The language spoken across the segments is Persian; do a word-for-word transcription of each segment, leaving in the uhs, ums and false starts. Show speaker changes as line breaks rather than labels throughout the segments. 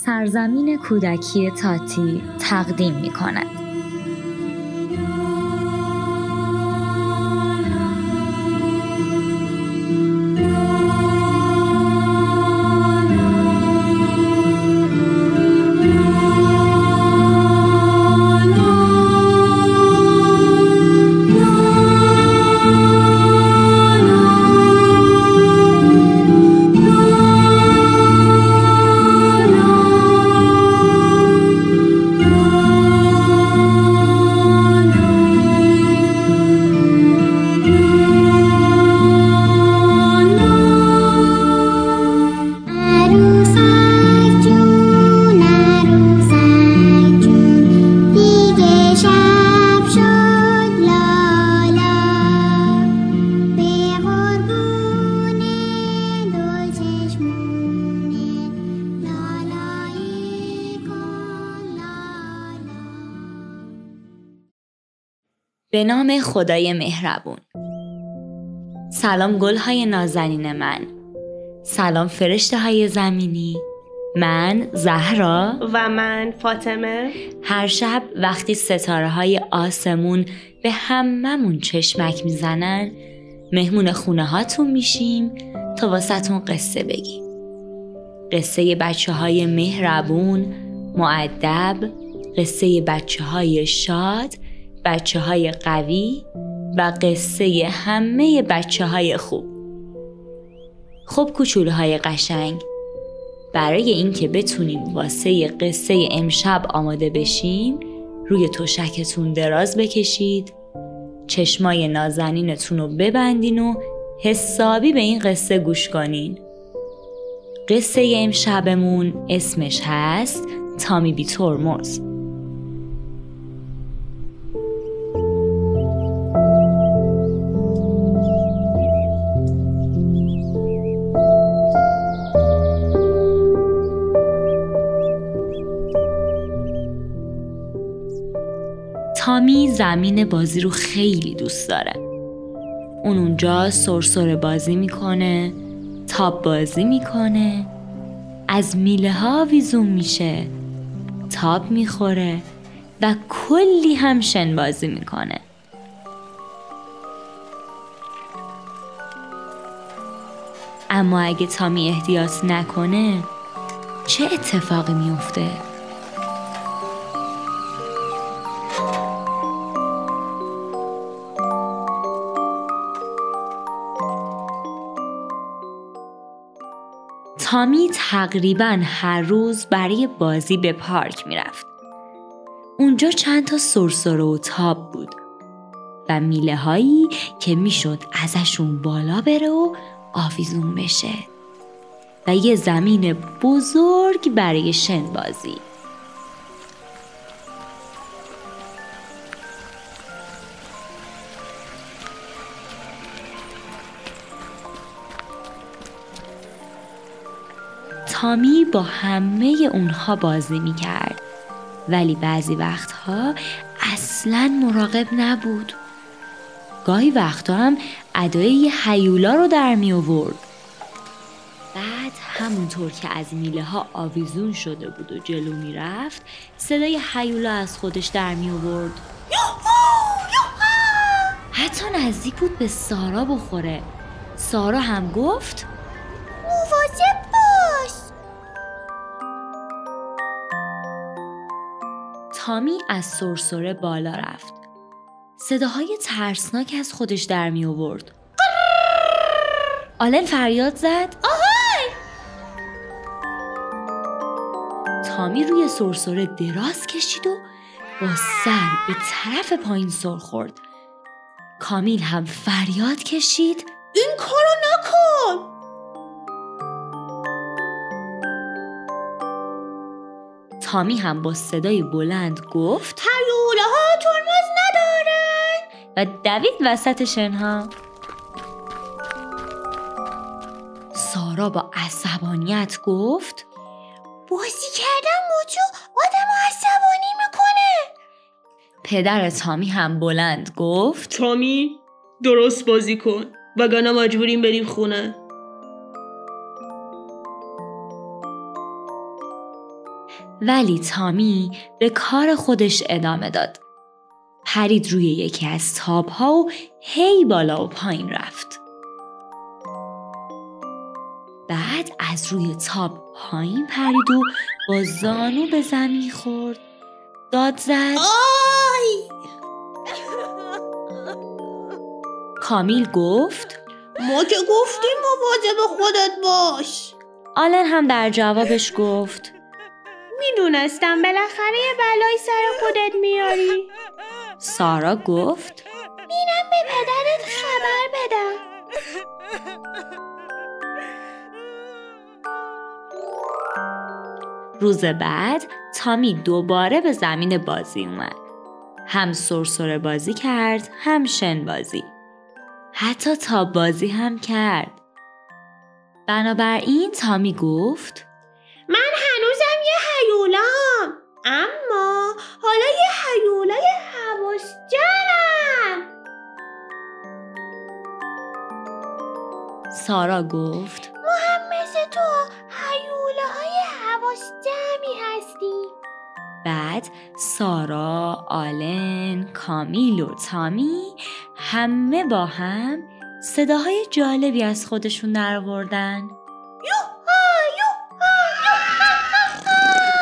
سرزمین کودکی تاتی تقدیم می کند. به نام خدای مهربون. سلام گل‌های نازنین من. سلام فرشته های زمینی. من زهرا
و من فاطمه.
هر شب وقتی ستاره های آسمون به هممون چشمک میزنن، مهمون خونه هاتون میشیم تا واسهتون قصه بگیم. قصه بچه های مهربون، مؤدب، قصه بچه های شاد، بچه های قوی و قصه همه بچه های خوب. خب کوچولو های قشنگ، برای اینکه بتونیم واسه قصه امشب آماده بشیم، روی تشکتون دراز بکشید، چشمای نازنینتون رو ببندین و حسابی به این قصه گوش کنین. قصه امشبمون اسمش هست تامی بی ترمز. تامی زمین بازی رو خیلی دوست داره. اون اونجا سرسره بازی میکنه، تاب بازی میکنه، از میله ها ویزون میشه، تاب میخوره و کلی هم شن بازی میکنه. اما اگه تامی احتیاط نکنه چه اتفاقی میفته؟ تامی تقریباً هر روز برای بازی به پارک میرفت. اونجا چند تا سرسره و تاب بود و میله هایی که میشد ازشون بالا بره و آویزون بشه و یه زمین بزرگ برای شن بازی. تامی با همه اونها بازی میکرد، ولی بعضی وقتها اصلاً مراقب نبود. گاهی وقتا هم ادای یه هیولا رو در می آورد. بعد همونطور که از میله ها آویزون شده بود و جلو می رفت، صدای هیولا از خودش در می آورد. حتی نزدیک بود به سارا بخوره. سارا هم گفت
مواظب باش.
تامی از سرسره بالا رفت. صداهای ترسناک از خودش در می آورد. آلن فریاد زد
آهای!
تامی روی سرسره دراز کشید و با سر به طرف پایین سر خورد. کامیل هم فریاد کشید
این کارو نکن!
تامی هم با صدای بلند گفت
هیولاها ترمز ندارن
و دوید وسط شنها. سارا با عصبانیت گفت
بازی کردن با تو آدم عصبانی میکنه.
پدر تامی هم بلند گفت
تامی درست بازی کن وگرنه مجبوریم بریم خونه.
ولی تامی به کار خودش ادامه داد. پرید روی یکی از تاب‌ها و هی بالا و پایین رفت. بعد از روی تاب پایین پرید و با زانو به زمین خورد. داد زد
آی!
کامیل گفت
ما که گفتیم مواظب خودت باش.
آلن هم در جوابش گفت
میدونستم بالاخره یه بلایی سر خودت میاری.
سارا گفت
میرم به پدرت خبر بدم.
روز بعد تامی دوباره به زمین بازی اومد. هم سرسره بازی کرد، هم شن بازی. حتی تاب بازی هم کرد. بنابراین تامی گفت
من هنوزم یه هیولام، اما حالا یه هیولای حواس‌جمعم.
سارا گفت
ما هم مثل تو هیولاهای حواس‌جمعی هستیم.
بعد سارا، آلن، کامیل و تامی همه با هم صداهای جالبی از خودشون درآوردن.
یوها یوها یوها.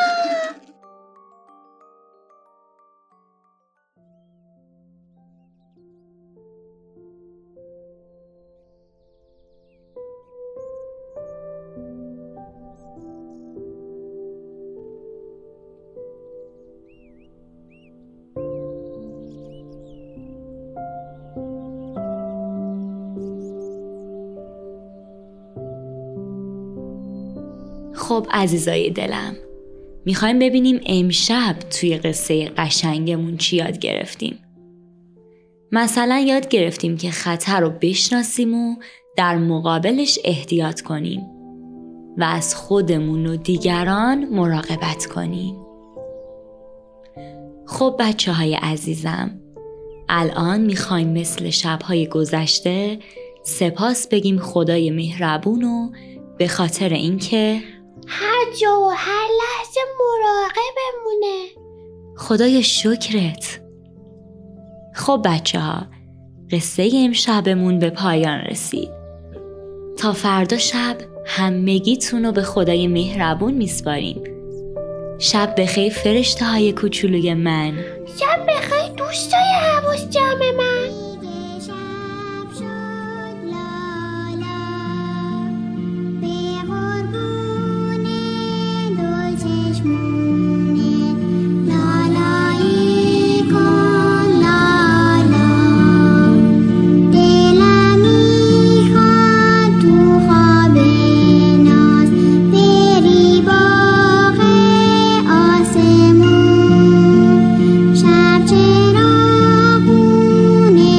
خب عزیزای دلم، میخوایم ببینیم امشب توی قصه قشنگمون چی یاد گرفتیم. مثلا یاد گرفتیم که خطر رو بشناسیم و در مقابلش احتیاط کنیم و از خودمون و دیگران مراقبت کنیم. خب بچه های عزیزم، الان میخوایم مثل شبهای گذشته سپاس بگیم خدای مهربون و به خاطر اینکه
هر جا و هر لحظه مراقبمونه.
خدای شکرت. خب بچه ها، قصه امشبمون به پایان رسید. تا فردا شب همگیتون رو به خدای مهربون میسپاریم. شب بخیر فرشته های کوچولوی من.
شب بخیر دوستای حواس جمع من.
شب چراغونه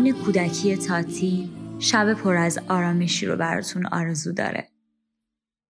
پایین کودکی تاتی شب پر از آرامشی رو براتون آرزو داره.